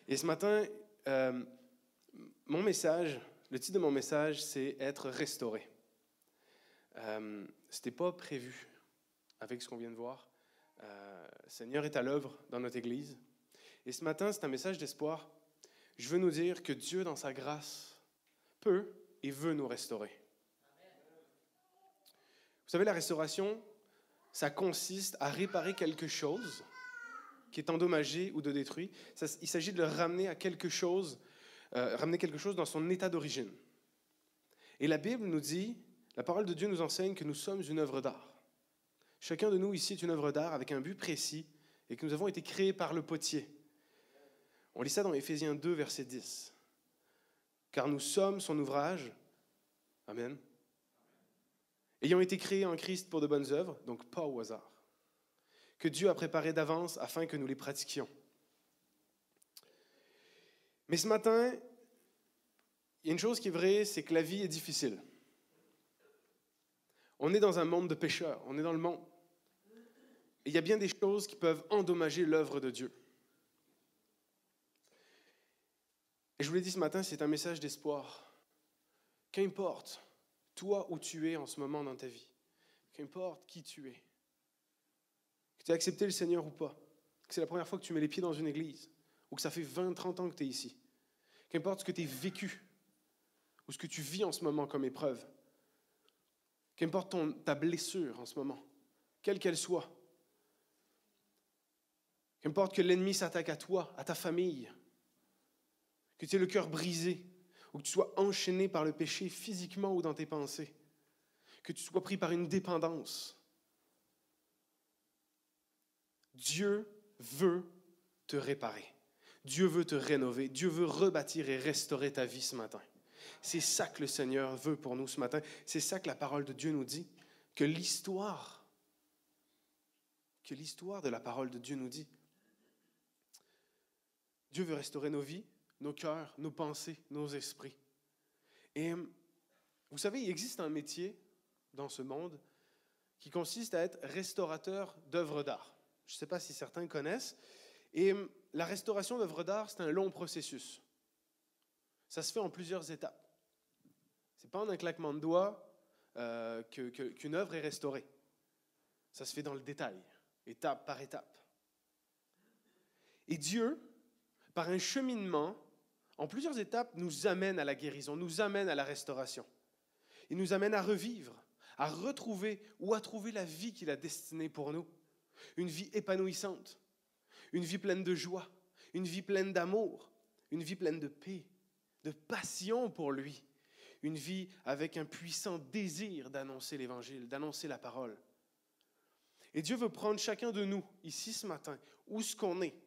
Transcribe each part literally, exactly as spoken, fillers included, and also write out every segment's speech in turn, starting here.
Et ce matin, euh, mon message, le titre de mon message, c'est « Être restauré ». Euh, ce n'était pas prévu avec ce qu'on vient de voir. Euh, le Seigneur est à l'œuvre dans notre Église. Et ce matin, c'est un message d'espoir. Je veux nous dire que Dieu, dans sa grâce, peut et veut nous restaurer. Vous savez, la restauration, ça consiste à réparer quelque chose qui est endommagé ou de détruit. Ça, il s'agit de le ramener à quelque chose, euh, ramener quelque chose dans son état d'origine. Et la Bible nous dit, la parole de Dieu nous enseigne que nous sommes une œuvre d'art. Chacun de nous ici est une œuvre d'art avec un but précis et que nous avons été créés par le potier. On lit ça dans Éphésiens deux, verset dix. Car nous sommes son ouvrage, amen, ayant été créés en Christ pour de bonnes œuvres, donc pas au hasard, que Dieu a préparé d'avance afin que nous les pratiquions. Mais ce matin, il y a une chose qui est vraie, c'est que la vie est difficile. On est dans un monde de pécheurs, on est dans le monde. Et il y a bien des choses qui peuvent endommager l'œuvre de Dieu. Et je vous l'ai dit ce matin, c'est un message d'espoir. Qu'importe, toi où tu es en ce moment dans ta vie, qu'importe qui tu es, que tu as accepté le Seigneur ou pas, que c'est la première fois que tu mets les pieds dans une église, ou que ça fait vingt, trente ans que tu es ici, qu'importe ce que tu as vécu, ou ce que tu vis en ce moment comme épreuve, qu'importe ton, ta blessure en ce moment, quelle qu'elle soit, qu'importe que l'ennemi s'attaque à toi, à ta famille, que tu aies le cœur brisé, ou que tu sois enchaîné par le péché physiquement ou dans tes pensées, que tu sois pris par une dépendance. Dieu veut te réparer. Dieu veut te rénover. Dieu veut rebâtir et restaurer ta vie ce matin. C'est ça que le Seigneur veut pour nous ce matin. C'est ça que la parole de Dieu nous dit. Que l'histoire, que l'histoire de la parole de Dieu nous dit. Dieu veut restaurer nos vies, nos cœurs, nos pensées, nos esprits. Et vous savez, il existe un métier dans ce monde qui consiste à être restaurateur d'œuvres d'art. Je ne sais pas si certains connaissent. Et la restauration d'œuvres d'art, c'est un long processus. Ça se fait en plusieurs étapes. Ce n'est pas en un claquement de doigts euh, que, que, qu'une œuvre est restaurée. Ça se fait dans le détail, étape par étape. Et Dieu, par un cheminement, en plusieurs étapes, nous amène à la guérison, nous amène à la restauration. Il nous amène à revivre, à retrouver ou à trouver la vie qu'il a destinée pour nous. Une vie épanouissante, une vie pleine de joie, une vie pleine d'amour, une vie pleine de paix, de passion pour lui, une vie avec un puissant désir d'annoncer l'Évangile, d'annoncer la parole. Et Dieu veut prendre chacun de nous, ici ce matin, où ce qu'on est,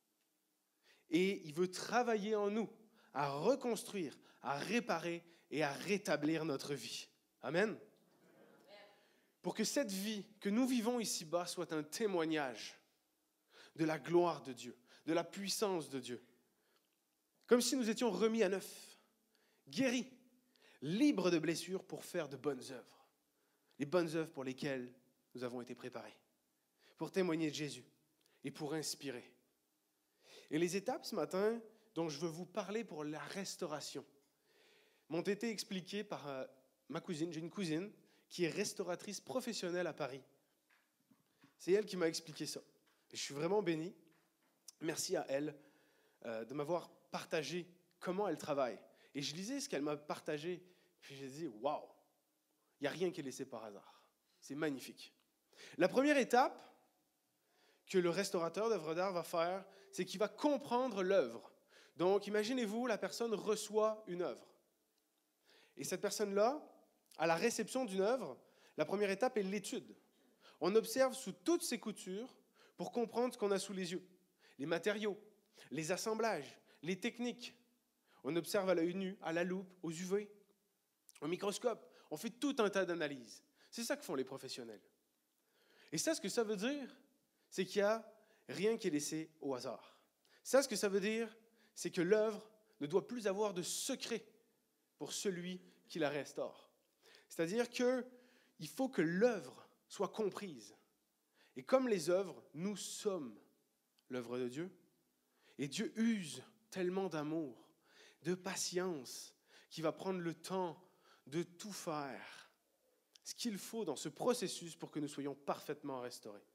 et il veut travailler en nous, à reconstruire, à réparer et à rétablir notre vie. Amen. Pour que cette vie que nous vivons ici-bas soit un témoignage de la gloire de Dieu, de la puissance de Dieu. Comme si nous étions remis à neuf, guéris, libres de blessures pour faire de bonnes œuvres. Les bonnes œuvres pour lesquelles nous avons été préparés. Pour témoigner de Jésus et pour inspirer. Et les étapes ce matin dont je veux vous parler pour la restauration m'ont été expliquées par euh, ma cousine. J'ai une cousine qui est restauratrice professionnelle à Paris. C'est elle qui m'a expliqué ça. Et je suis vraiment béni. Merci à elle euh, de m'avoir partagé comment elle travaille. Et je lisais ce qu'elle m'a partagé, puis j'ai dit, waouh, il n'y a rien qui est laissé par hasard. C'est magnifique. La première étape que le restaurateur d'œuvres d'art va faire, c'est qu'il va comprendre l'œuvre. Donc, imaginez-vous, la personne reçoit une œuvre. Et cette personne-là, à la réception d'une œuvre, la première étape est l'étude. On observe sous toutes ses coutures pour comprendre ce qu'on a sous les yeux. Les matériaux, les assemblages, les techniques. On observe à l'œil nu, à la loupe, aux U V, au microscope. On fait tout un tas d'analyses. C'est ça que font les professionnels. Et ça, ce que ça veut dire, c'est qu'il n'y a rien qui est laissé au hasard. Ça, ce que ça veut dire, c'est que l'œuvre ne doit plus avoir de secret pour celui qui la restaure. C'est-à-dire qu'il faut que l'œuvre soit comprise. Et comme les œuvres, nous sommes l'œuvre de Dieu. Et Dieu use tellement d'amour, de patience, qui va prendre le temps de tout faire, ce qu'il faut dans ce processus pour que nous soyons parfaitement restaurés.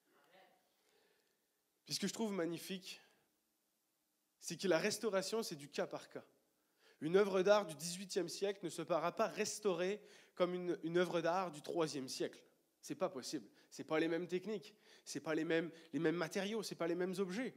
Puis ce que je trouve magnifique, c'est que la restauration, c'est du cas par cas. Une œuvre d'art du dix-huitième siècle ne se sera pas restaurée comme une, une œuvre d'art du troisième siècle. Ce n'est pas possible. Ce n'est pas les mêmes techniques, ce n'est pas les mêmes, les mêmes matériaux, ce n'est pas les mêmes objets.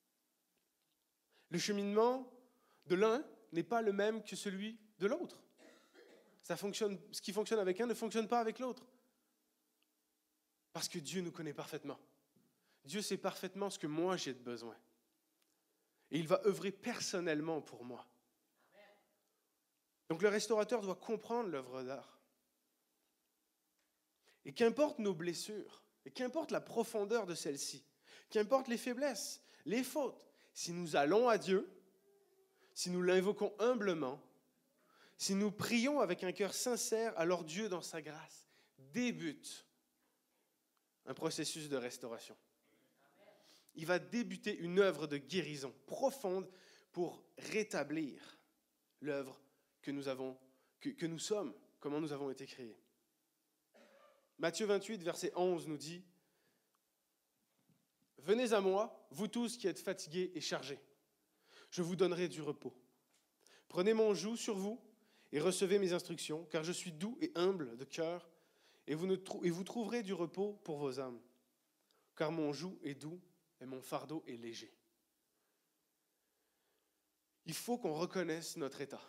Le cheminement de l'un n'est pas le même que celui de l'autre. Ça fonctionne, ce qui fonctionne avec un ne fonctionne pas avec l'autre. Parce que Dieu nous connaît parfaitement. Dieu sait parfaitement ce que moi j'ai de besoin. Et il va œuvrer personnellement pour moi. Donc le restaurateur doit comprendre l'œuvre d'art. Et qu'importe nos blessures, et qu'importe la profondeur de celles-ci, qu'importe les faiblesses, les fautes, si nous allons à Dieu, si nous l'invoquons humblement, si nous prions avec un cœur sincère, alors Dieu, dans sa grâce, débute un processus de restauration. Il va débuter une œuvre de guérison profonde pour rétablir l'œuvre que nous avons, que, que nous sommes, comment nous avons été créés. Matthieu vingt-huit, verset onze nous dit « Venez à moi, vous tous qui êtes fatigués et chargés. Je vous donnerai du repos. Prenez mon joug sur vous et recevez mes instructions, car je suis doux et humble de cœur, et vous, ne trou- et vous trouverez du repos pour vos âmes. Car mon joug est doux et mon fardeau est léger. » Il faut qu'on reconnaisse notre état.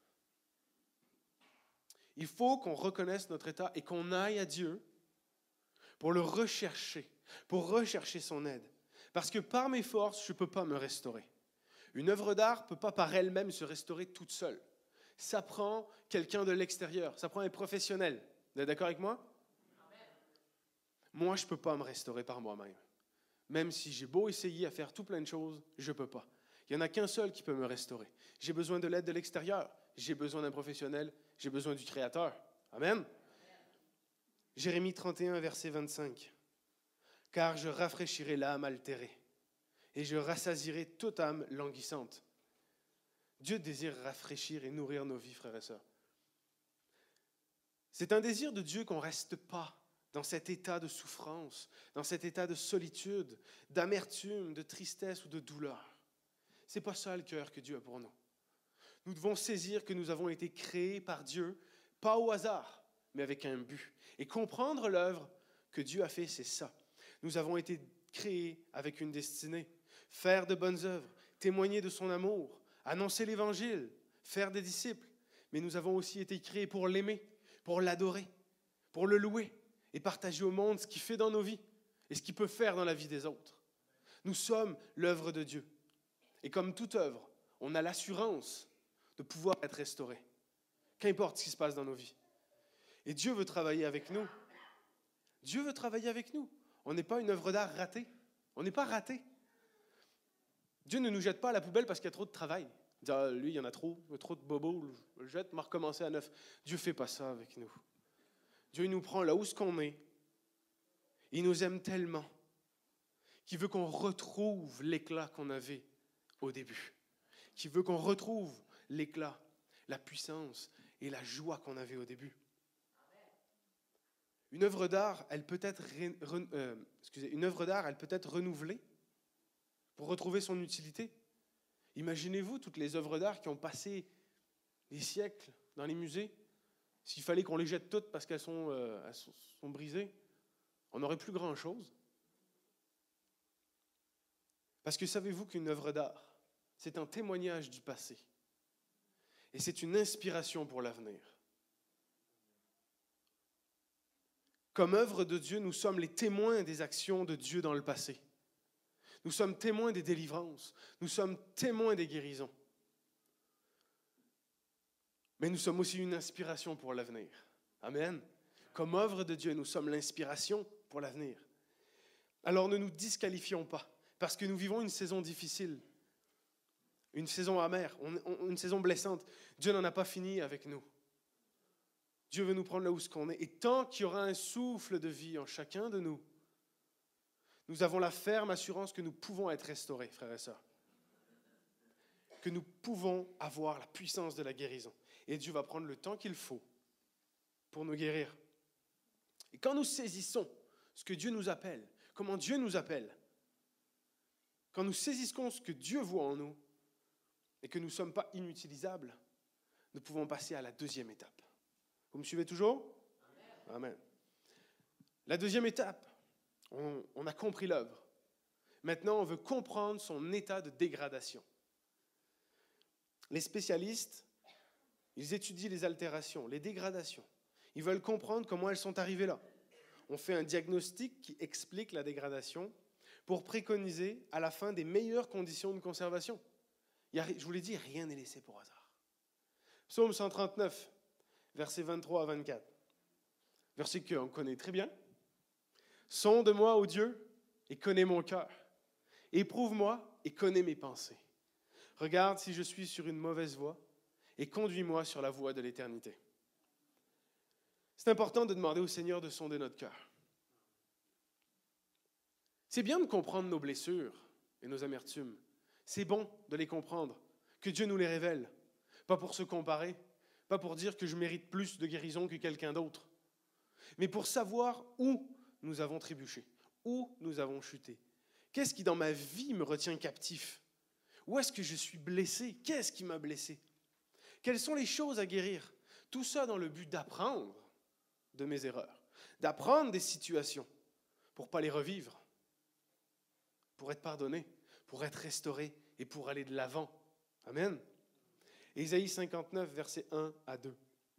Il faut qu'on reconnaisse notre état et qu'on aille à Dieu pour le rechercher, pour rechercher son aide. Parce que par mes forces, je ne peux pas me restaurer. Une œuvre d'art ne peut pas par elle-même se restaurer toute seule. Ça prend quelqu'un de l'extérieur, ça prend un professionnel. Vous êtes d'accord avec moi? Amen. Moi, je ne peux pas me restaurer par moi-même. Même si j'ai beau essayer à faire tout plein de choses, je ne peux pas. Il n'y en a qu'un seul qui peut me restaurer. J'ai besoin de l'aide de l'extérieur. J'ai besoin d'un professionnel. J'ai besoin du Créateur. Amen. Amen. Jérémie trente et un, verset vingt-cinq. « Car je rafraîchirai l'âme altérée et je rassasierai toute âme languissante. » Dieu désire rafraîchir et nourrir nos vies, frères et sœurs. C'est un désir de Dieu qu'on ne reste pas dans cet état de souffrance, dans cet état de solitude, d'amertume, de tristesse ou de douleur. Ce n'est pas ça le cœur que Dieu a pour nous. Nous devons saisir que nous avons été créés par Dieu, pas au hasard, mais avec un but. Et comprendre l'œuvre que Dieu a fait, c'est ça. Nous avons été créés avec une destinée. Faire de bonnes œuvres, témoigner de son amour, annoncer l'Évangile, faire des disciples. Mais nous avons aussi été créés pour l'aimer, pour l'adorer, pour le louer et partager au monde ce qu'il fait dans nos vies et ce qu'il peut faire dans la vie des autres. Nous sommes l'œuvre de Dieu. Et comme toute œuvre, on a l'assurance de pouvoir être restauré. Qu'importe ce qui se passe dans nos vies. Et Dieu veut travailler avec nous. Dieu veut travailler avec nous. On n'est pas une œuvre d'art ratée. On n'est pas raté. Dieu ne nous jette pas à la poubelle parce qu'il y a trop de travail. Il dit, ah, lui, il y en a trop, il y a trop de bobos, je le jette, m'a recommencer à neuf. Dieu ne fait pas ça avec nous. Dieu, il nous prend là où ce qu'on est. Il nous aime tellement qu'il veut qu'on retrouve l'éclat qu'on avait au début. Qu'il veut qu'on retrouve l'éclat, la puissance et la joie qu'on avait au début. Une œuvre d'art, elle peut être, ré, re, euh, excusez, une œuvre d'art, elle peut être renouvelée pour retrouver son utilité. Imaginez-vous toutes les œuvres d'art qui ont passé des siècles dans les musées. S'il fallait qu'on les jette toutes parce qu'elles sont, euh, elles sont, sont brisées, on n'aurait plus grand-chose. Parce que savez-vous qu'une œuvre d'art, c'est un témoignage du passé. Et c'est une inspiration pour l'avenir. Comme œuvre de Dieu, nous sommes les témoins des actions de Dieu dans le passé. Nous sommes témoins des délivrances. Nous sommes témoins des guérisons. Mais nous sommes aussi une inspiration pour l'avenir. Amen. Comme œuvre de Dieu, nous sommes l'inspiration pour l'avenir. Alors ne nous disqualifions pas, parce que nous vivons une saison difficile, une saison amère, une saison blessante. Dieu n'en a pas fini avec nous. Dieu veut nous prendre là où ce qu'on est. Et tant qu'il y aura un souffle de vie en chacun de nous, nous avons la ferme assurance que nous pouvons être restaurés, frères et sœurs. que nous pouvons avoir la puissance de la guérison. Et Dieu va prendre le temps qu'il faut pour nous guérir. Et quand nous saisissons ce que Dieu nous appelle, comment Dieu nous appelle, quand nous saisissons ce que Dieu voit en nous et que nous ne sommes pas inutilisables, nous pouvons passer à la deuxième étape. Vous me suivez toujours? Amen. Amen. La deuxième étape, on, on a compris l'œuvre. Maintenant, on veut comprendre son état de dégradation. Les spécialistes, ils étudient les altérations, les dégradations. Ils veulent comprendre comment elles sont arrivées là. On fait un diagnostic qui explique la dégradation pour préconiser à la fin des meilleures conditions de conservation. Il y a, je vous l'ai dit, rien n'est laissé pour hasard. Psaume cent trente-neuf, versets vingt-trois à vingt-quatre. Verset qu'on connaît très bien. « Sonde-moi, ô Dieu, et connais mon cœur. Éprouve-moi et connais mes pensées. Regarde si je suis sur une mauvaise voie et conduis-moi sur la voie de l'éternité. » C'est important de demander au Seigneur de sonder notre cœur. C'est bien de comprendre nos blessures et nos amertumes. C'est bon de les comprendre, que Dieu nous les révèle. Pas pour se comparer, pas pour dire que je mérite plus de guérison que quelqu'un d'autre, mais pour savoir où nous avons trébuché, où nous avons chuté. Qu'est-ce qui dans ma vie me retient captif? Où est-ce que je suis blessé? Qu'est-ce qui m'a blessé? Quelles sont les choses à guérir? Tout ça dans le but d'apprendre de mes erreurs, d'apprendre des situations pour ne pas les revivre, pour être pardonné, pour être restauré et pour aller de l'avant. Amen. Ésaïe cinquante-neuf, versets un à deux.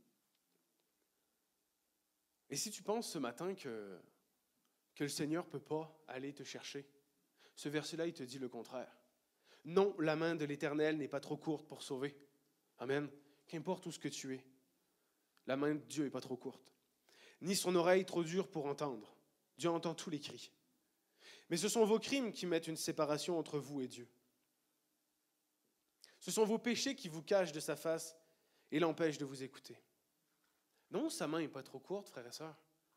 Et si tu penses ce matin que, que le Seigneur ne peut pas aller te chercher, ce verset-là, il te dit le contraire. Non, la main de l'Éternel n'est pas trop courte pour sauver. Amen. Qu'importe où ce que tu es, la main de Dieu n'est pas trop courte. Ni son oreille trop dure pour entendre. Dieu entend tous les cris. Mais ce sont vos crimes qui mettent une séparation entre vous et Dieu. Ce sont vos péchés qui vous cachent de sa face et l'empêchent de vous écouter. Non, sa main n'est pas trop courte, frères et sœurs.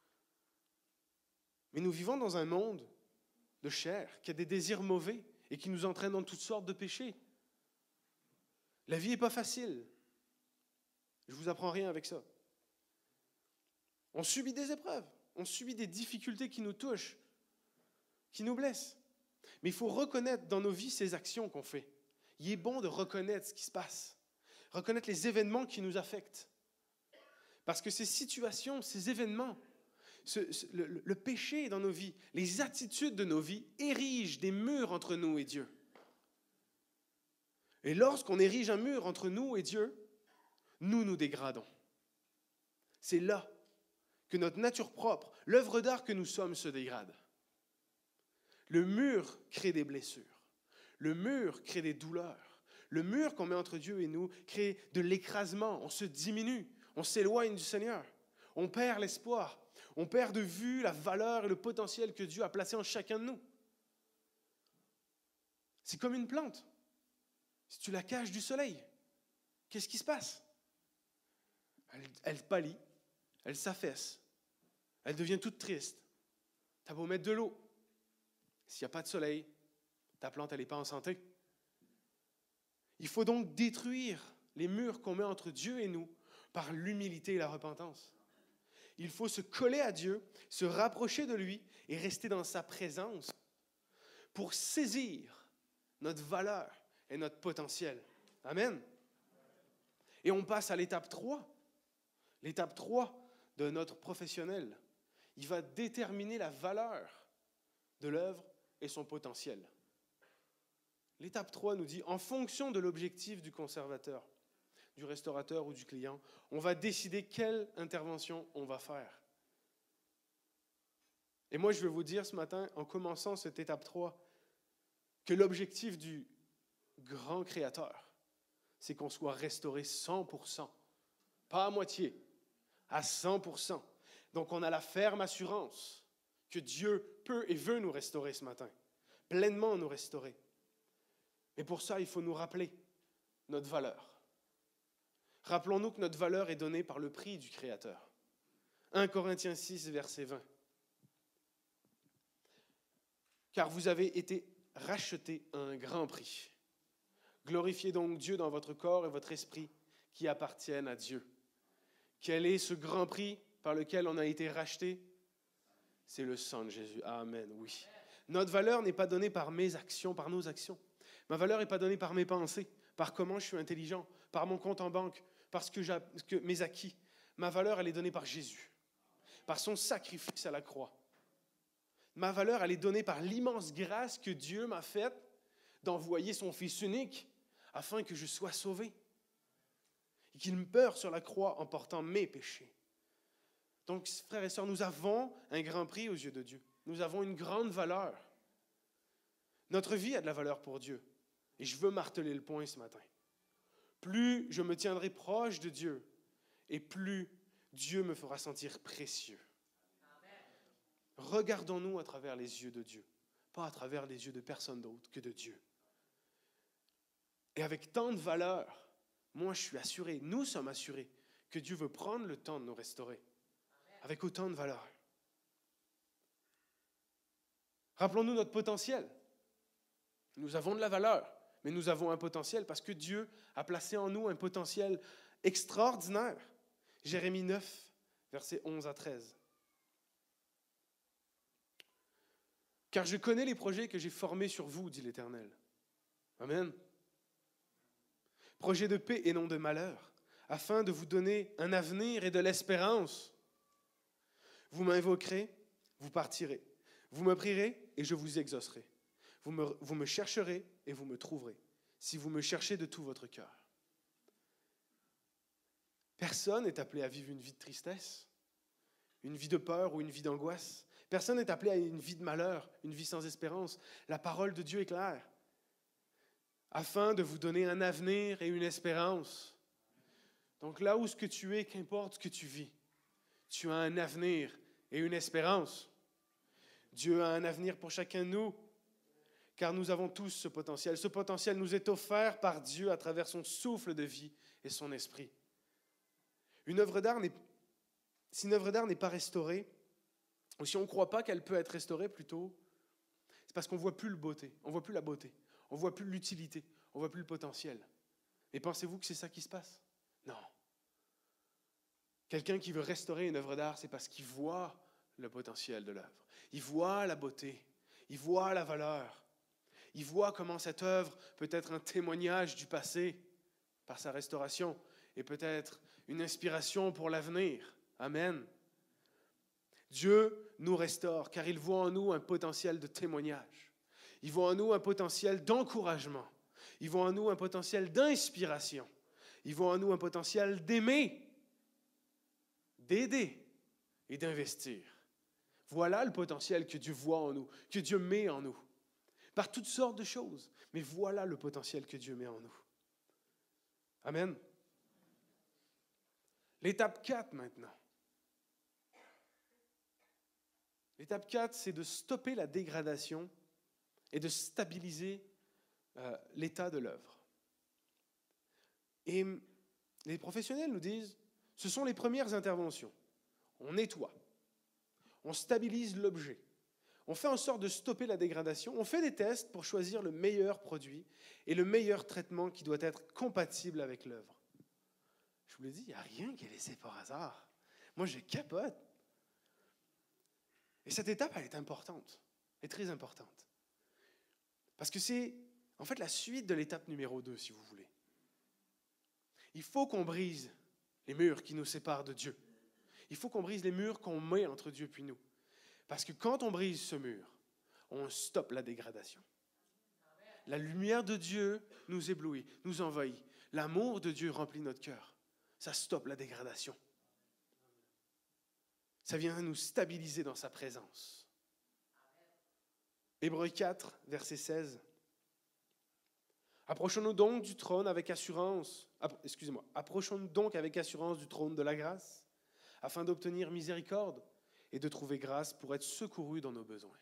Mais nous vivons dans un monde de chair qui a des désirs mauvais et qui nous entraîne dans toutes sortes de péchés. La vie n'est pas facile. Je ne vous apprends rien avec ça. On subit des épreuves, on subit des difficultés qui nous touchent, qui nous blessent. Mais il faut reconnaître dans nos vies ces actions qu'on fait. Il est bon de reconnaître ce qui se passe, reconnaître les événements qui nous affectent. Parce que ces situations, ces événements, ce, ce, le, le péché dans nos vies, les attitudes de nos vies érigent des murs entre nous et Dieu. Et lorsqu'on érige un mur entre nous et Dieu, nous nous dégradons. C'est là que notre nature propre, l'œuvre d'art que nous sommes, se dégrade. Le mur crée des blessures. Le mur crée des douleurs. Le mur qu'on met entre Dieu et nous crée de l'écrasement. On se diminue. On s'éloigne du Seigneur. On perd l'espoir. On perd de vue la valeur et le potentiel que Dieu a placé en chacun de nous. C'est comme une plante. Si tu la caches du soleil, qu'est-ce qui se passe? Elle, elle pâlit, elle s'affaisse, elle devient toute triste. Tu as beau mettre de l'eau. S'il n'y a pas de soleil, ta plante, elle n'est pas en santé. Il faut donc détruire les murs qu'on met entre Dieu et nous par l'humilité et la repentance. Il faut se coller à Dieu, se rapprocher de lui et rester dans sa présence pour saisir notre valeur et notre potentiel. Amen. Et on passe à l'étape trois. L'étape trois de notre professionnel. Il va déterminer la valeur de l'œuvre et son potentiel. L'étape trois nous dit, en fonction de l'objectif du conservateur, du restaurateur ou du client, on va décider quelle intervention on va faire. Et moi, je vais vous dire ce matin, en commençant cette étape trois, que l'objectif du grand créateur, c'est qu'on soit restauré cent pour cent, pas à moitié, à cent pour cent. Donc, on a la ferme assurance que Dieu peut et veut nous restaurer ce matin, pleinement nous restaurer. Mais pour ça, il faut nous rappeler notre valeur. Rappelons-nous que notre valeur est donnée par le prix du Créateur. un Corinthiens six, verset vingt. Car vous avez été rachetés à un grand prix. Glorifiez donc Dieu dans votre corps et votre esprit qui appartiennent à Dieu. Quel est ce grand prix par lequel on a été racheté? C'est le sang de Jésus. Amen, oui. Notre valeur n'est pas donnée par mes actions, par nos actions. Ma valeur n'est pas donnée par mes pensées, par comment je suis intelligent, par mon compte en banque, par ce que, j'ai, que mes acquis. Ma valeur, elle est donnée par Jésus, par son sacrifice à la croix. Ma valeur, elle est donnée par l'immense grâce que Dieu m'a faite d'envoyer son Fils unique afin que je sois sauvé et qu'il meure sur la croix en portant mes péchés. Donc, frères et sœurs, nous avons un grand prix aux yeux de Dieu. Nous avons une grande valeur. Notre vie a de la valeur pour Dieu. Et je veux marteler le point ce matin. Plus je me tiendrai proche de Dieu, et plus Dieu me fera sentir précieux. Amen. Regardons-nous à travers les yeux de Dieu, pas à travers les yeux de personne d'autre que de Dieu. Et avec tant de valeur, moi je suis assuré, nous sommes assurés que Dieu veut prendre le temps de nous restaurer. Amen. Avec autant de valeur. Rappelons-nous notre potentiel. Nous avons de la valeur, mais nous avons un potentiel parce que Dieu a placé en nous un potentiel extraordinaire. Jérémie neuf, versets onze à treize. « Car je connais les projets que j'ai formés sur vous, dit l'Éternel. » Amen. « Projets de paix et non de malheur, afin de vous donner un avenir et de l'espérance. Vous m'invoquerez, vous partirez. Vous me prierez et je vous exaucerai. Vous me, vous me chercherez et vous me trouverez, si vous me cherchez de tout votre cœur. » Personne n'est appelé à vivre une vie de tristesse, une vie de peur ou une vie d'angoisse. Personne n'est appelé à une vie de malheur, une vie sans espérance. La parole de Dieu est claire. Afin de vous donner un avenir et une espérance. Donc là où ce que tu es, qu'importe ce que tu vis, tu as un avenir et une espérance. Dieu a un avenir pour chacun de nous, car nous avons tous ce potentiel. Ce potentiel nous est offert par Dieu à travers son souffle de vie et son esprit. Une œuvre d'art n'est, si une œuvre d'art n'est pas restaurée, ou si on ne croit pas qu'elle peut être restaurée plutôt, c'est parce qu'on ne voit plus le beauté, on ne voit plus la beauté, on ne voit plus l'utilité, on ne voit plus le potentiel. Et pensez-vous que c'est ça qui se passe? Non. Quelqu'un qui veut restaurer une œuvre d'art, c'est parce qu'il voit le potentiel de l'œuvre. Il voit la beauté, il voit la valeur, il voit comment cette œuvre peut être un témoignage du passé par sa restauration et peut-être une inspiration pour l'avenir. Amen. Dieu nous restaure car il voit en nous un potentiel de témoignage. Il voit en nous un potentiel d'encouragement. Il voit en nous un potentiel d'inspiration. Il voit en nous un potentiel d'aimer, d'aider et d'investir. Voilà le potentiel que Dieu voit en nous, que Dieu met en nous, par toutes sortes de choses. Mais voilà le potentiel que Dieu met en nous. Amen. L'étape quatre maintenant. L'étape quatre, c'est de stopper la dégradation et de stabiliser euh, l'état de l'œuvre. Et les professionnels nous disent, ce sont les premières interventions. On nettoie, on stabilise l'objet, on fait en sorte de stopper la dégradation, on fait des tests pour choisir le meilleur produit et le meilleur traitement qui doit être compatible avec l'œuvre. Je vous l'ai dit, il n'y a rien qui est laissé par hasard. Moi, je capote. Et cette étape, elle est importante, elle est très importante. Parce que c'est, en fait, la suite de l'étape numéro deux, si vous voulez. Il faut qu'on brise les murs qui nous séparent de Dieu. Il faut qu'on brise les murs qu'on met entre Dieu et nous. Parce que quand on brise ce mur, on stoppe la dégradation. La lumière de Dieu nous éblouit, nous envahit. L'amour de Dieu remplit notre cœur. Ça stoppe la dégradation. Ça vient nous stabiliser dans sa présence. Hébreux quatre, verset seize. Approchons-nous donc du trône avec assurance, excusez-moi, approchons-nous donc avec assurance du trône de la grâce, afin d'obtenir miséricorde et de trouver grâce pour être secourus dans nos besoins.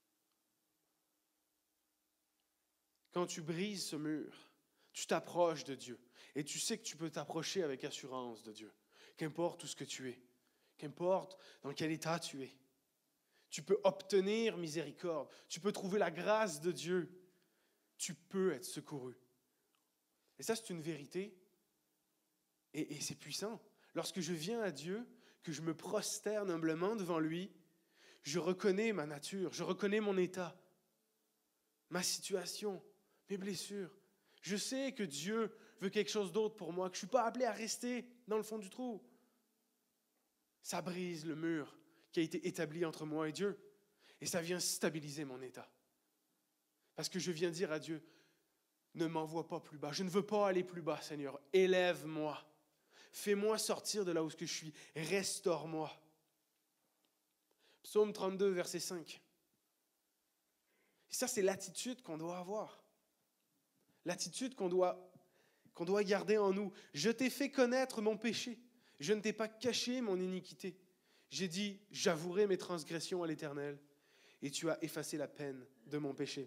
Quand tu brises ce mur, tu t'approches de Dieu et tu sais que tu peux t'approcher avec assurance de Dieu, qu'importe où ce que tu es, qu'importe dans quel état tu es. Tu peux obtenir miséricorde, tu peux trouver la grâce de Dieu, tu peux être secouru Et ça, c'est une vérité. Et, et c'est puissant. Lorsque je viens à Dieu, que je me prosterne humblement devant lui, je reconnais ma nature, je reconnais mon état, ma situation, mes blessures. Je sais que Dieu veut quelque chose d'autre pour moi, que je ne suis pas appelé à rester dans le fond du trou. Ça brise le mur qui a été établi entre moi et Dieu. Et ça vient stabiliser mon état. Parce que je viens dire à Dieu, ne m'envoie pas plus bas. Je ne veux pas aller plus bas, Seigneur. Élève-moi. Fais-moi sortir de là où je suis. Restaure-moi. Psaume trente-deux, verset cinq. Et ça, c'est l'attitude qu'on doit avoir. L'attitude qu'on doit, qu'on doit garder en nous. Je t'ai fait connaître mon péché. Je ne t'ai pas caché mon iniquité. J'ai dit, j'avouerai mes transgressions à l'Éternel, et tu as effacé la peine de mon péché.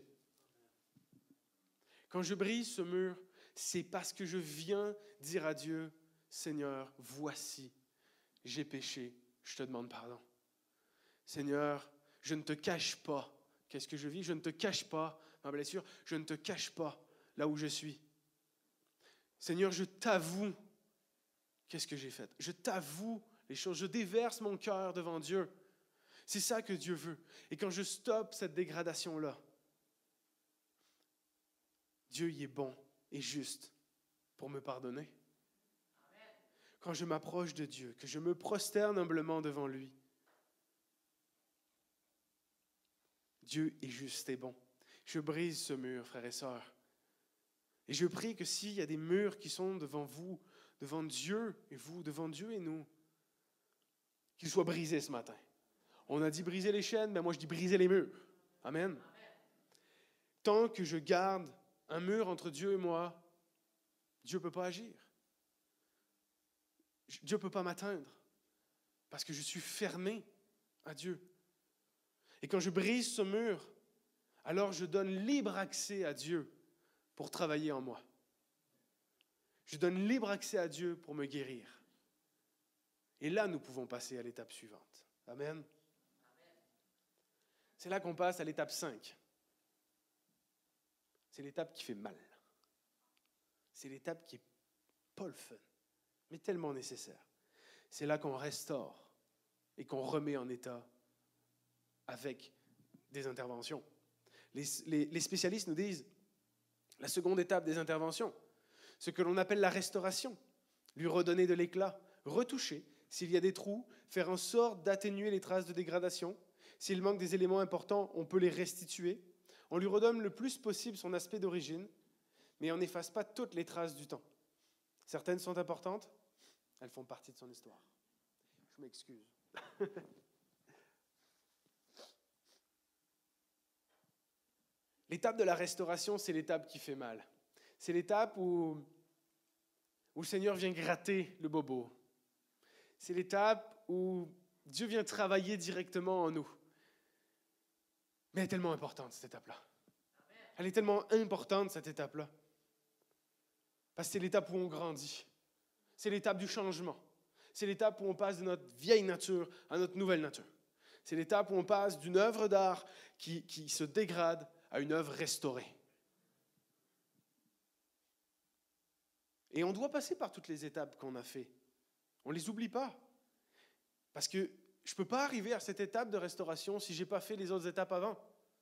Quand je brise ce mur, c'est parce que je viens dire à Dieu, Seigneur, voici, j'ai péché, je te demande pardon. Seigneur, je ne te cache pas. Qu'est-ce que je vis? Je ne te cache pas ma blessure, je ne te cache pas là où je suis. Seigneur, je t'avoue qu'est-ce que j'ai fait. Je t'avoue les choses, je déverse mon cœur devant Dieu. C'est ça que Dieu veut. Et quand je stoppe cette dégradation-là, Dieu y est bon et juste pour me pardonner. Quand je m'approche de Dieu, que je me prosterne humblement devant lui, Dieu est juste et bon. Je brise ce mur, frères et sœurs. Et je prie que s'il y a des murs qui sont devant vous, devant Dieu et vous, devant Dieu et nous, qu'ils soient brisés ce matin. On a dit briser les chaînes, mais moi je dis briser les murs. Amen. Amen. Tant que je garde un mur entre Dieu et moi, Dieu ne peut pas agir. Dieu ne peut pas m'atteindre parce que je suis fermé à Dieu. Et quand je brise ce mur, alors je donne libre accès à Dieu pour travailler en moi. Je donne libre accès à Dieu pour me guérir. Et là, nous pouvons passer à l'étape suivante. Amen. C'est là qu'on passe à l'étape cinq. C'est l'étape qui fait mal. C'est l'étape qui n'est pas le fun, mais tellement nécessaire. C'est là qu'on restaure et qu'on remet en état avec des interventions. Les, les, les spécialistes nous disent la seconde étape des interventions, ce que l'on appelle la restauration, lui redonner de l'éclat, retoucher s'il y a des trous, faire en sorte d'atténuer les traces de dégradation. S'il manque des éléments importants, on peut les restituer. On lui redonne le plus possible son aspect d'origine, mais on n'efface pas toutes les traces du temps. Certaines sont importantes, elles font partie de son histoire. Je m'excuse. L'étape de la restauration, c'est l'étape qui fait mal. C'est l'étape où, où le Seigneur vient gratter le bobo. C'est l'étape où Dieu vient travailler directement en nous. Mais elle est tellement importante, cette étape-là. Elle est tellement importante, cette étape-là. Parce que c'est l'étape où on grandit. C'est l'étape du changement. C'est l'étape où on passe de notre vieille nature à notre nouvelle nature. C'est l'étape où on passe d'une œuvre d'art qui, qui se dégrade à une œuvre restaurée. Et on doit passer par toutes les étapes qu'on a faites. On ne les oublie pas. Parce que je ne peux pas arriver à cette étape de restauration si je n'ai pas fait les autres étapes avant.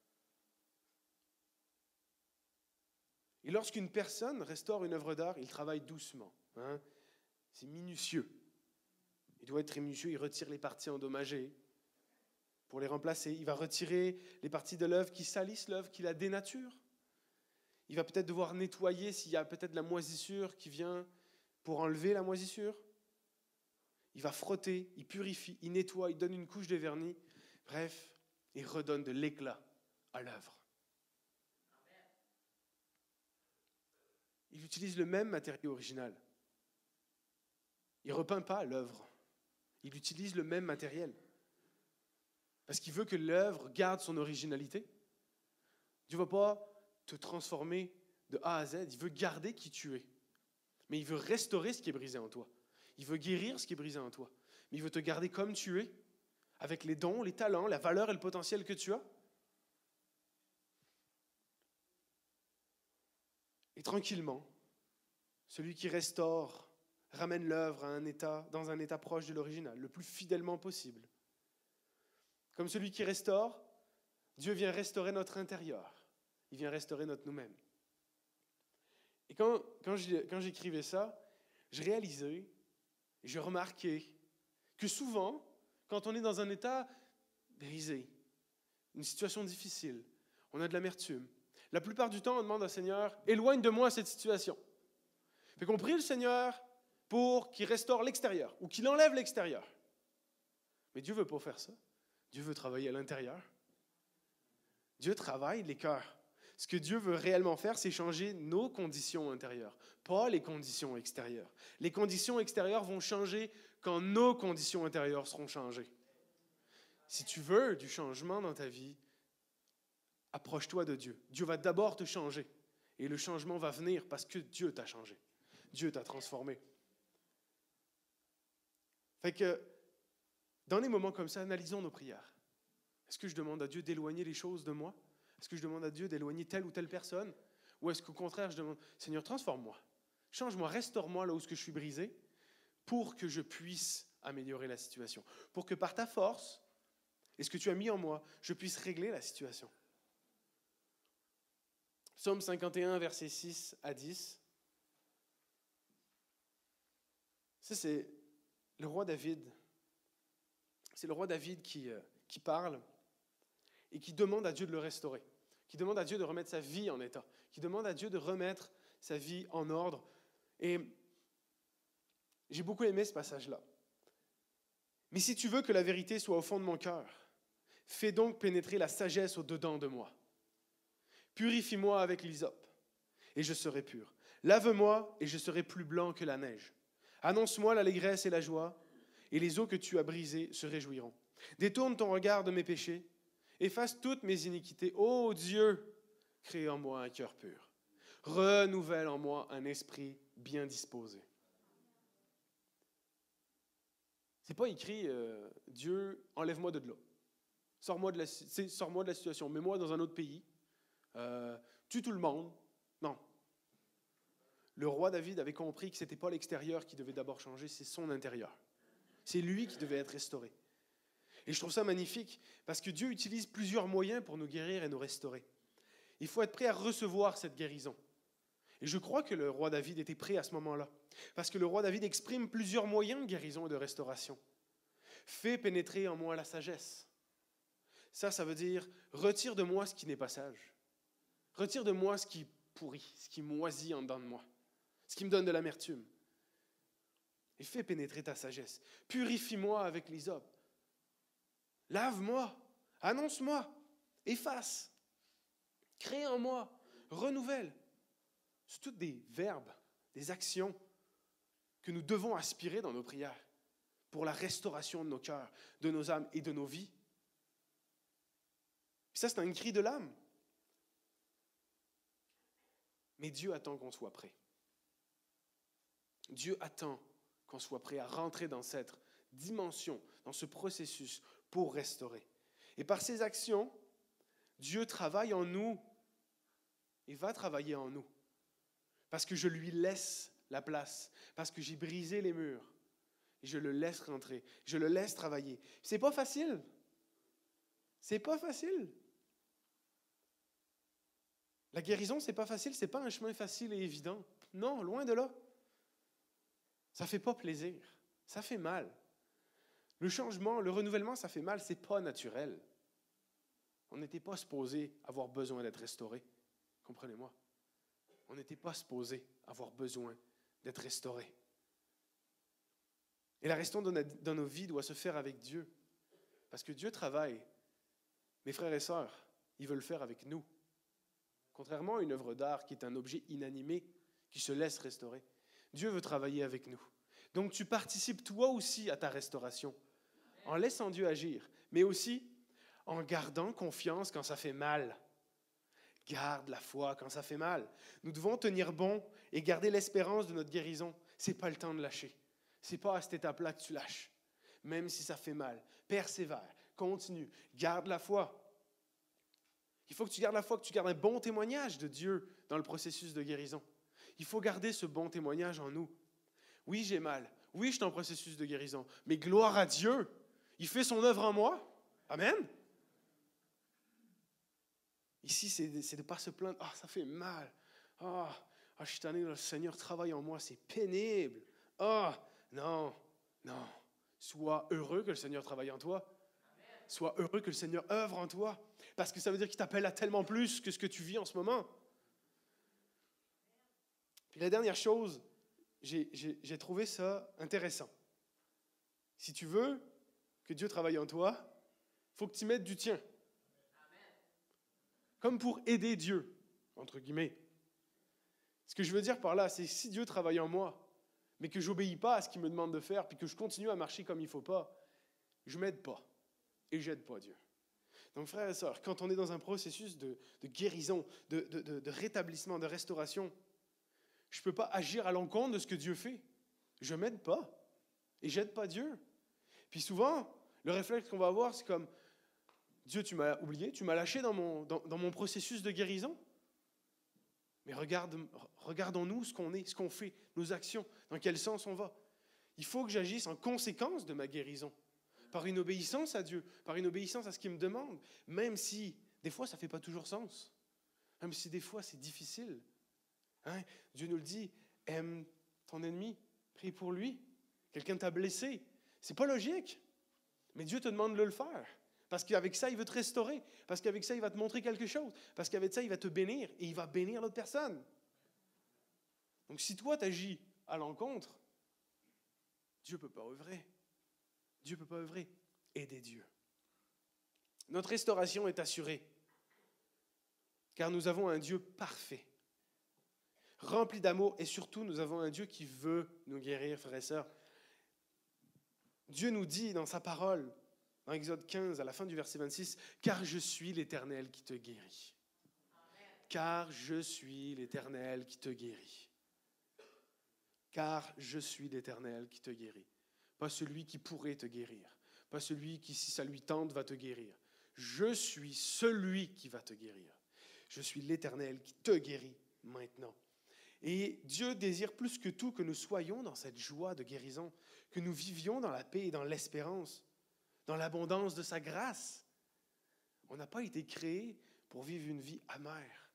Et lorsqu'une personne restaure une œuvre d'art, il travaille doucement. Hein? C'est minutieux. Il doit être minutieux, il retire les parties endommagées pour les remplacer. Il va retirer les parties de l'œuvre qui salissent l'œuvre, qui la dénaturent. Il va peut-être devoir nettoyer s'il y a peut-être de la moisissure qui vient pour enlever la moisissure. Il va frotter, il purifie, il nettoie, il donne une couche de vernis. Bref, il redonne de l'éclat à l'œuvre. Il utilise le même matériau original. Il ne repeint pas l'œuvre. Il utilise le même matériel. Parce qu'il veut que l'œuvre garde son originalité. Dieu ne va pas te transformer de A à Z. Il veut garder qui tu es. Mais il veut restaurer ce qui est brisé en toi. Il veut guérir ce qui est brisé en toi. Mais il veut te garder comme tu es, avec les dons, les talents, la valeur et le potentiel que tu as. Et tranquillement, celui qui restaure, ramène l'œuvre à un état, dans un état proche de l'original, le plus fidèlement possible. Comme celui qui restaure, Dieu vient restaurer notre intérieur. Il vient restaurer notre nous-mêmes. Et quand, quand, quand j'écrivais ça, je réalisais, je remarquais que souvent, quand on est dans un état brisé, une situation difficile, on a de l'amertume, la plupart du temps, on demande au Seigneur, éloigne de moi cette situation. Fait qu'on prie le Seigneur pour qu'il restaure l'extérieur ou qu'il enlève l'extérieur. Mais Dieu ne veut pas faire ça. Dieu veut travailler à l'intérieur. Dieu travaille les cœurs. Ce que Dieu veut réellement faire, c'est changer nos conditions intérieures, pas les conditions extérieures. Les conditions extérieures vont changer quand nos conditions intérieures seront changées. Si tu veux du changement dans ta vie, approche-toi de Dieu. Dieu va d'abord te changer. Et le changement va venir parce que Dieu t'a changé. Dieu t'a transformé. Fait que, dans des moments comme ça, analysons nos prières. Est-ce que je demande à Dieu d'éloigner les choses de moi? Est-ce que je demande à Dieu d'éloigner telle ou telle personne? Ou est-ce qu'au contraire, je demande, Seigneur, transforme-moi. Change-moi, restaure-moi là où je suis brisé pour que je puisse améliorer la situation. Pour que par ta force et ce que tu as mis en moi, je puisse régler la situation. Psaume cinquante et un, versets six à dix. Ça, c'est le roi David. C'est le roi David qui, euh, qui parle et qui demande à Dieu de le restaurer, qui demande à Dieu de remettre sa vie en état, qui demande à Dieu de remettre sa vie en ordre. Et j'ai beaucoup aimé ce passage-là. Mais si tu veux que la vérité soit au fond de mon cœur, fais donc pénétrer la sagesse au-dedans de moi. Purifie-moi avec l'hysope, et je serai pur. Lave-moi, et je serai plus blanc que la neige. Annonce-moi l'allégresse et la joie, et les eaux que tu as brisées se réjouiront. Détourne ton regard de mes péchés, efface toutes mes iniquités. Ô Dieu, crée en moi un cœur pur. Renouvelle en moi un esprit bien disposé. C'est pas écrit euh, Dieu, enlève-moi de là. Sors-moi de la, sors-moi de la situation, mets-moi dans un autre pays. Euh, tue tout le monde. Non. Le roi David avait compris que ce n'était pas l'extérieur qui devait d'abord changer, c'est son intérieur. C'est lui qui devait être restauré. Et je trouve ça magnifique parce que Dieu utilise plusieurs moyens pour nous guérir et nous restaurer. Il faut être prêt à recevoir cette guérison. Et je crois que le roi David était prêt à ce moment-là. Parce que le roi David exprime plusieurs moyens de guérison et de restauration. Fais pénétrer en moi la sagesse. Ça, ça veut dire retire de moi ce qui n'est pas sage. Retire de moi ce qui pourrit, ce qui moisit en dedans de moi, ce qui me donne de l'amertume. Et fais pénétrer ta sagesse. Purifie-moi avec l'hysope. Lave-moi, annonce-moi, efface, crée en moi, renouvelle. C'est toutes des verbes, des actions que nous devons aspirer dans nos prières pour la restauration de nos cœurs, de nos âmes et de nos vies. Puis ça, c'est un cri de l'âme. Mais Dieu attend qu'on soit prêt. Dieu attend qu'on soit prêt à rentrer dans cette dimension, dans ce processus pour restaurer. Et par ces actions, Dieu travaille en nous et va travailler en nous. Parce que je lui laisse la place, parce que j'ai brisé les murs. Et je le laisse rentrer, je le laisse travailler. C'est pas facile. C'est pas facile. La guérison, c'est pas facile, c'est pas un chemin facile et évident. Non, loin de là. Ça fait pas plaisir, ça fait mal. Le changement, le renouvellement, ça fait mal, c'est pas naturel. On n'était pas supposé avoir besoin d'être restauré. Comprenez-moi. On n'était pas supposé avoir besoin d'être restauré. Et la restauration dans nos vies doit se faire avec Dieu. Parce que Dieu travaille. Mes frères et sœurs, il veut le faire avec nous. Contrairement à une œuvre d'art qui est un objet inanimé qui se laisse restaurer, Dieu veut travailler avec nous. Donc tu participes toi aussi à ta restauration en laissant Dieu agir, mais aussi en gardant confiance quand ça fait mal. Garde la foi quand ça fait mal. Nous devons tenir bon et garder l'espérance de notre guérison. Ce n'est pas le temps de lâcher. Ce n'est pas à cette étape-là que tu lâches, même si ça fait mal. Persévère, continue, garde la foi. Il faut que tu gardes la foi, que tu gardes un bon témoignage de Dieu dans le processus de guérison. Il faut garder ce bon témoignage en nous. Oui, j'ai mal. Oui, je suis en processus de guérison. Mais gloire à Dieu. Il fait son œuvre en moi. Amen. Ici, c'est de ne pas se plaindre. Ah, ça fait mal. Ah, ah, je suis tanné, le Seigneur travaille en moi. C'est pénible. Ah, non, non. Sois heureux que le Seigneur travaille en toi. Sois heureux que le Seigneur œuvre en toi. Parce que ça veut dire qu'il t'appelle à tellement plus que ce que tu vis en ce moment. Puis la dernière chose, j'ai, j'ai, j'ai trouvé ça intéressant. Si tu veux que Dieu travaille en toi, il faut que tu mettes du tien. Comme pour aider Dieu, entre guillemets. Ce que je veux dire par là, c'est si Dieu travaille en moi, mais que je n'obéis pas à ce qu'il me demande de faire, puis que je continue à marcher comme il ne faut pas, je ne m'aide pas. Et je n'aide pas Dieu. Donc, frères et sœurs, quand on est dans un processus de, de guérison, de, de, de, de rétablissement, de restauration, je ne peux pas agir à l'encontre de ce que Dieu fait. Je ne m'aide pas. Et je n'aide pas Dieu. Puis souvent, le réflexe qu'on va avoir, c'est comme, Dieu, tu m'as oublié, tu m'as lâché dans mon, dans, dans mon processus de guérison. Mais regarde, regardons-nous ce qu'on est, ce qu'on fait, nos actions, dans quel sens on va. Il faut que j'agisse en conséquence de ma guérison, par une obéissance à Dieu, par une obéissance à ce qu'il me demande, même si des fois ça ne fait pas toujours sens, même si des fois c'est difficile. Hein? Dieu nous le dit, aime ton ennemi, prie pour lui. Quelqu'un t'a blessé, c'est pas logique, mais Dieu te demande de le faire. Parce qu'avec ça, il veut te restaurer. Parce qu'avec ça, il va te montrer quelque chose. Parce qu'avec ça, il va te bénir. Et il va bénir l'autre personne. Donc si toi, tu agis à l'encontre, Dieu ne peut pas œuvrer. Dieu ne peut pas œuvrer. Aidez Dieu. Notre restauration est assurée. Car nous avons un Dieu parfait. Rempli d'amour. Et surtout, nous avons un Dieu qui veut nous guérir, frères et sœurs. Dieu nous dit dans sa parole, dans Exode quinze, à la fin du verset vingt-six, « Car je suis l'Éternel qui te guérit. » Car je suis l'Éternel qui te guérit. Car je suis l'Éternel qui te guérit. Pas celui qui pourrait te guérir. Pas celui qui, si ça lui tente, va te guérir. Je suis celui qui va te guérir. Je suis l'Éternel qui te guérit maintenant. Et Dieu désire plus que tout que nous soyons dans cette joie de guérison, que nous vivions dans la paix et dans l'espérance, dans l'abondance de sa grâce. On n'a pas été créés pour vivre une vie amère.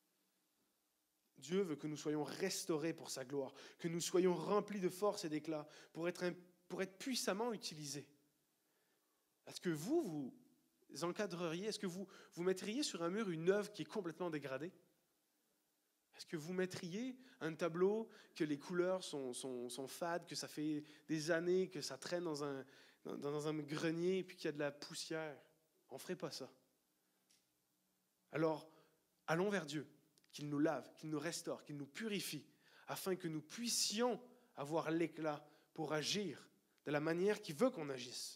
Dieu veut que nous soyons restaurés pour sa gloire, que nous soyons remplis de force et d'éclat pour être, un, pour être puissamment utilisés. Est-ce que vous, vous encadreriez, est-ce que vous, vous mettriez sur un mur une œuvre qui est complètement dégradée? Est-ce que vous mettriez un tableau que les couleurs sont, sont, sont fades, que ça fait des années que ça traîne dans un, dans, dans un grenier et puis qu'il y a de la poussière? On ne ferait pas ça. Alors, allons vers Dieu, qu'il nous lave, qu'il nous restaure, qu'il nous purifie, afin que nous puissions avoir l'éclat pour agir de la manière qu'il veut qu'on agisse.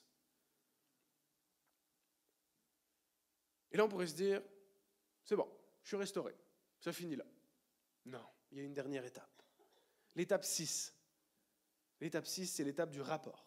Et là, on pourrait se dire, c'est bon, je suis restauré, ça finit là. Non, il y a une dernière étape. L'étape six. L'étape six, c'est l'étape du rapport.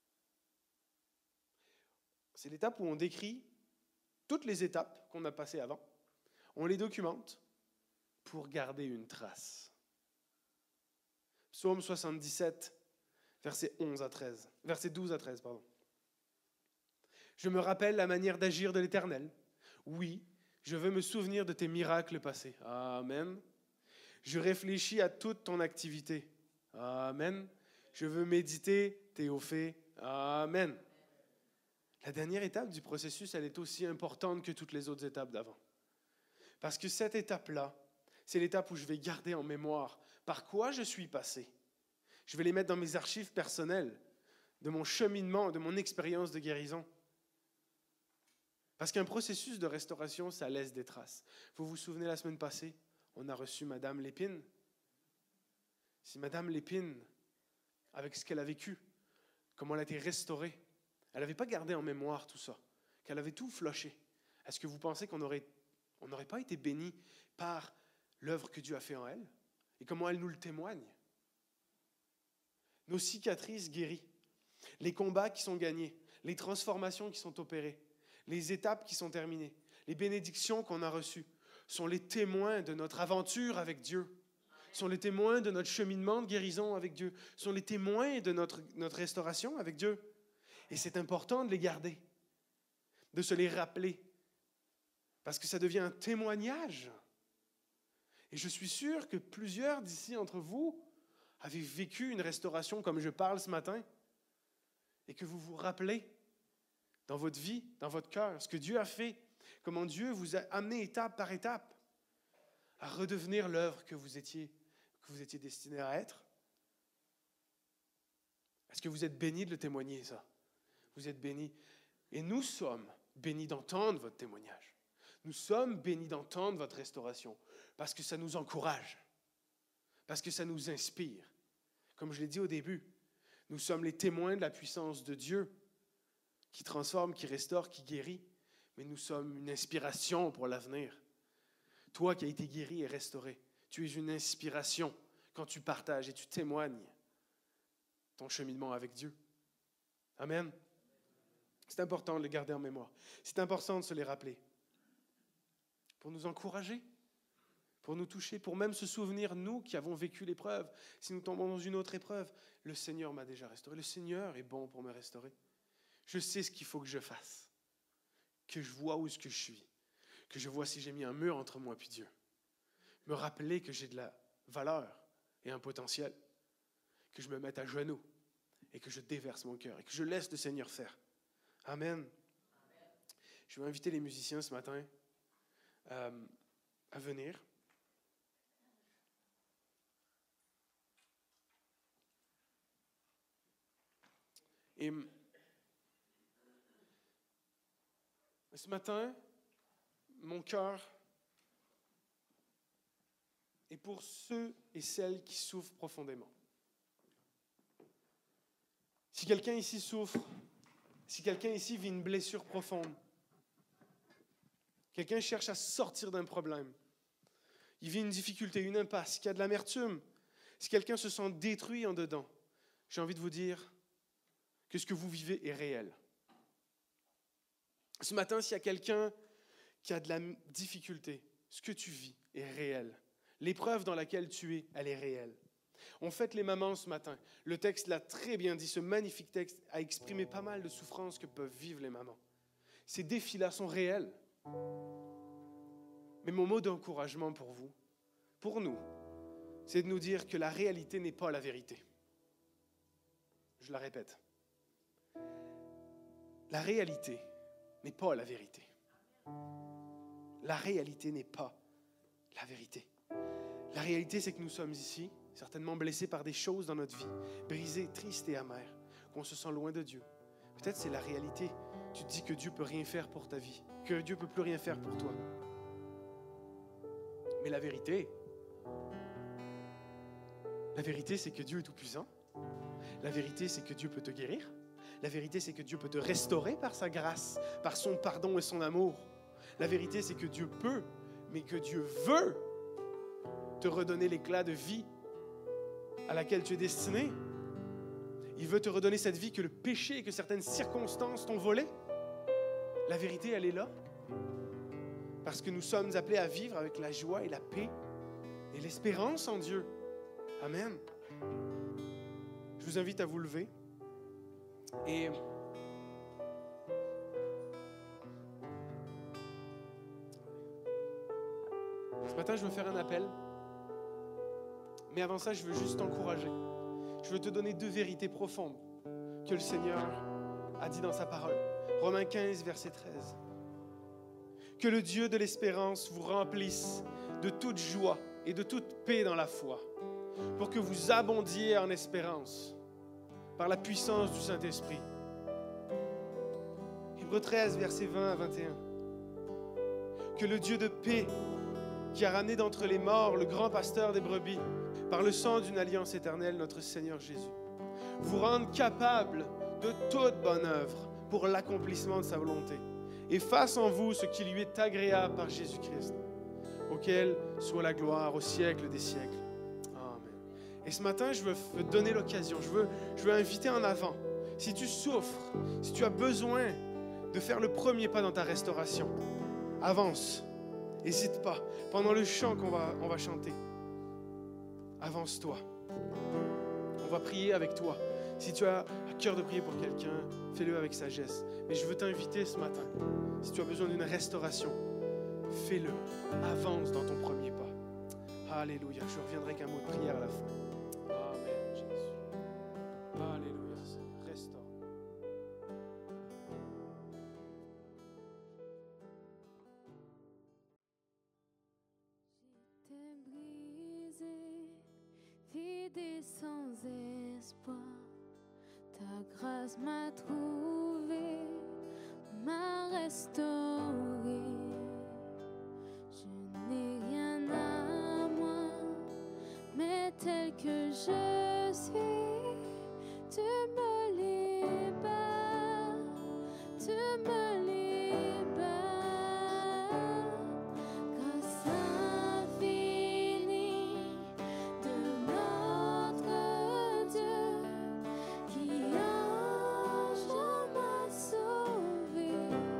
C'est l'étape où on décrit toutes les étapes qu'on a passées avant. On les documente pour garder une trace. Psaume soixante-dix-sept, versets onze à treize. Versets douze à treize, pardon. Je me rappelle la manière d'agir de l'Éternel. Oui, je veux me souvenir de tes miracles passés. Amen. Je réfléchis à toute ton activité. Amen. Je veux méditer tes hauts faits. Amen. La dernière étape du processus, elle est aussi importante que toutes les autres étapes d'avant. Parce que cette étape-là, c'est l'étape où je vais garder en mémoire par quoi je suis passé. Je vais les mettre dans mes archives personnelles, de mon cheminement, de mon expérience de guérison. Parce qu'un processus de restauration, ça laisse des traces. Vous vous souvenez, la semaine passée, on a reçu Madame Lépine. Si Madame Lépine, avec ce qu'elle a vécu, comment elle a été restaurée, elle n'avait pas gardé en mémoire tout ça, qu'elle avait tout floché. Est-ce que vous pensez qu'on aurait, on n'aurait pas été béni par l'œuvre que Dieu a fait en elle et comment elle nous le témoigne? Nos cicatrices guéries, les combats qui sont gagnés, les transformations qui sont opérées, les étapes qui sont terminées, les bénédictions qu'on a reçues, sont les témoins de notre aventure avec Dieu. sont les témoins de notre cheminement de guérison avec Dieu, sont les témoins de notre, notre restauration avec Dieu. Et c'est important de les garder, de se les rappeler, parce que ça devient un témoignage. Et je suis sûr que plusieurs d'ici entre vous avez vécu une restauration comme je parle ce matin, et que vous vous rappelez dans votre vie, dans votre cœur, ce que Dieu a fait, comment Dieu vous a amené étape par étape à redevenir l'œuvre que vous étiez, que vous étiez destiné à être. Est-ce que vous êtes bénis de le témoigner, ça? Vous êtes bénis. Et nous sommes bénis d'entendre votre témoignage. Nous sommes bénis d'entendre votre restauration parce que ça nous encourage, parce que ça nous inspire. Comme je l'ai dit au début, nous sommes les témoins de la puissance de Dieu qui transforme, qui restaure, qui guérit, mais nous sommes une inspiration pour l'avenir. Toi qui as été guéri et restauré, tu es une inspiration quand tu partages et tu témoignes ton cheminement avec Dieu. Amen. C'est important de les garder en mémoire. C'est important de se les rappeler. Pour nous encourager, pour nous toucher, pour même se souvenir, nous qui avons vécu l'épreuve. Si nous tombons dans une autre épreuve, le Seigneur m'a déjà restauré. Le Seigneur est bon pour me restaurer. Je sais ce qu'il faut que je fasse, que je vois où est-ce que je suis, que je vois si j'ai mis un mur entre moi et Dieu. Me rappeler que j'ai de la valeur et un potentiel, que je me mette à genoux et que je déverse mon cœur et que je laisse le Seigneur faire. Amen. Amen. Je vais inviter les musiciens ce matin euh, à venir. Et ce matin, mon cœur est pour ceux et celles qui souffrent profondément. Si quelqu'un ici souffre, si quelqu'un ici vit une blessure profonde, quelqu'un cherche à sortir d'un problème, il vit une difficulté, une impasse, qu'il y a de l'amertume, si quelqu'un se sent détruit en dedans, j'ai envie de vous dire que ce que vous vivez est réel. Ce matin, s'il y a quelqu'un qui a de la difficulté, ce que tu vis est réel. L'épreuve dans laquelle tu es, elle est réelle. On fête les mamans ce matin. Le texte l'a très bien dit. Ce magnifique texte a exprimé pas mal de souffrances que peuvent vivre les mamans. Ces défis-là sont réels. Mais mon mot d'encouragement pour vous, pour nous, c'est de nous dire que la réalité n'est pas la vérité. Je la répète. La réalité n'est pas la vérité. La réalité n'est pas la vérité. La réalité, c'est que nous sommes ici, certainement blessés par des choses dans notre vie, brisés, tristes et amers, qu'on se sent loin de Dieu. Peut-être c'est la réalité. Tu te dis que Dieu ne peut rien faire pour ta vie, que Dieu ne peut plus rien faire pour toi. Mais la vérité, la vérité, c'est que Dieu est tout-puissant. La vérité, c'est que Dieu peut te guérir. La vérité, c'est que Dieu peut te restaurer par sa grâce, par son pardon et son amour. La vérité, c'est que Dieu peut, mais que Dieu veut te redonner l'éclat de vie à laquelle tu es destiné. Il veut te redonner cette vie que le péché et que certaines circonstances t'ont volée. La vérité, elle est là. Parce que nous sommes appelés à vivre avec la joie et la paix et l'espérance en Dieu. Amen. Je vous invite à vous lever. Et ce matin, je veux faire un appel. Mais avant ça, je veux juste t'encourager. Je veux te donner deux vérités profondes que le Seigneur a dit dans sa parole. Romains quinze, verset treize. Que le Dieu de l'espérance vous remplisse de toute joie et de toute paix dans la foi, pour que vous abondiez en espérance par la puissance du Saint-Esprit. Hébreux treize, versets vingt à vingt et un. Que le Dieu de paix, qui a ramené d'entre les morts le grand pasteur des brebis, par le sang d'une alliance éternelle, notre Seigneur Jésus, vous rende capable de toute bonne œuvre pour l'accomplissement de sa volonté, et fasse en vous ce qui lui est agréable par Jésus-Christ, auquel soit la gloire au siècle des siècles. Et ce matin, je veux te donner l'occasion, je veux, je veux inviter en avant. Si tu souffres, si tu as besoin de faire le premier pas dans ta restauration, avance, n'hésite pas. Pendant le chant qu'on va, on va chanter, avance-toi. On va prier avec toi. Si tu as à cœur de prier pour quelqu'un, fais-le avec sagesse. Mais je veux t'inviter ce matin, si tu as besoin d'une restauration, fais-le. Avance dans ton premier pas. Alléluia. Je reviendrai qu'un mot de prière à la fin. Amen, Jésus. Alléluia, Seigneur. Restaure. J'étais brisée, vide et sans espoir. Ta grâce m'a trouvée, m'a restaurée. Je n'ai rien à moi, mais tel que je suis, tu me libères, tu me libères. Grâce infinie de notre Dieu, qui un jour m'a sauvé.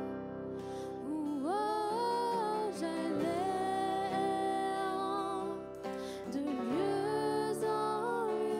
Oh, j'allais de lieu en lieu.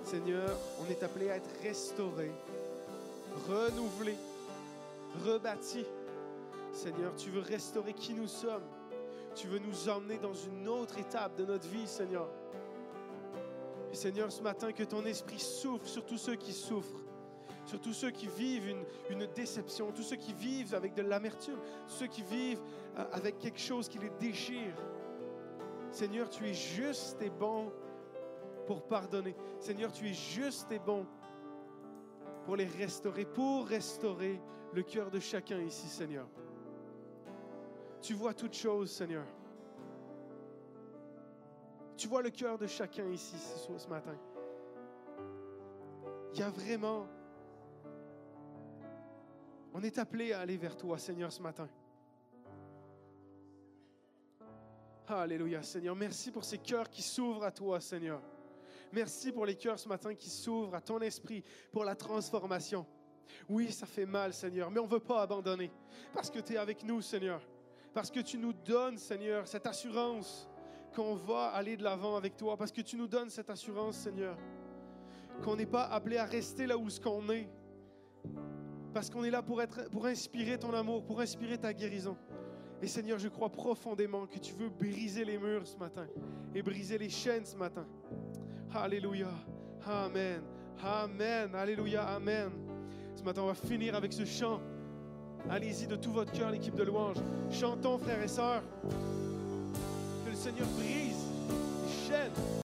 Seigneur, on est appelé à être restauré, renouvelé, rebâti. Seigneur, tu veux restaurer qui nous sommes. Tu veux nous emmener dans une autre étape de notre vie, Seigneur. Et Seigneur, ce matin, que ton esprit souffle sur tous ceux qui souffrent, sur tous ceux qui vivent une, une déception, tous ceux qui vivent avec de l'amertume, tous ceux qui vivent euh, avec quelque chose qui les déchire. Seigneur, tu es juste et bon pour pardonner. Seigneur, tu es juste et bon pour les restaurer, pour restaurer le cœur de chacun ici, Seigneur. Tu vois toutes choses, Seigneur. Tu vois le cœur de chacun ici ce, ce matin. Il y a vraiment... On est appelé à aller vers toi, Seigneur, ce matin. Alléluia, Seigneur. Merci pour ces cœurs qui s'ouvrent à toi, Seigneur. Merci pour les cœurs ce matin qui s'ouvrent à ton esprit pour la transformation. Oui, ça fait mal, Seigneur, mais on ne veut pas abandonner parce que tu es avec nous, Seigneur. Parce que tu nous donnes, Seigneur, cette assurance qu'on va aller de l'avant avec toi. Parce que tu nous donnes cette assurance, Seigneur, qu'on n'est pas appelé à rester là où ce qu'on est. Parce qu'on est là pour, être, pour inspirer ton amour, pour inspirer ta guérison. Et Seigneur, je crois profondément que tu veux briser les murs ce matin et briser les chaînes ce matin. Alléluia. Amen. Amen. Alléluia. Amen. Ce matin, on va finir avec ce chant. Allez-y de tout votre cœur, l'équipe de louange. Chantons, frères et sœurs. Que le Seigneur brise les chaînes.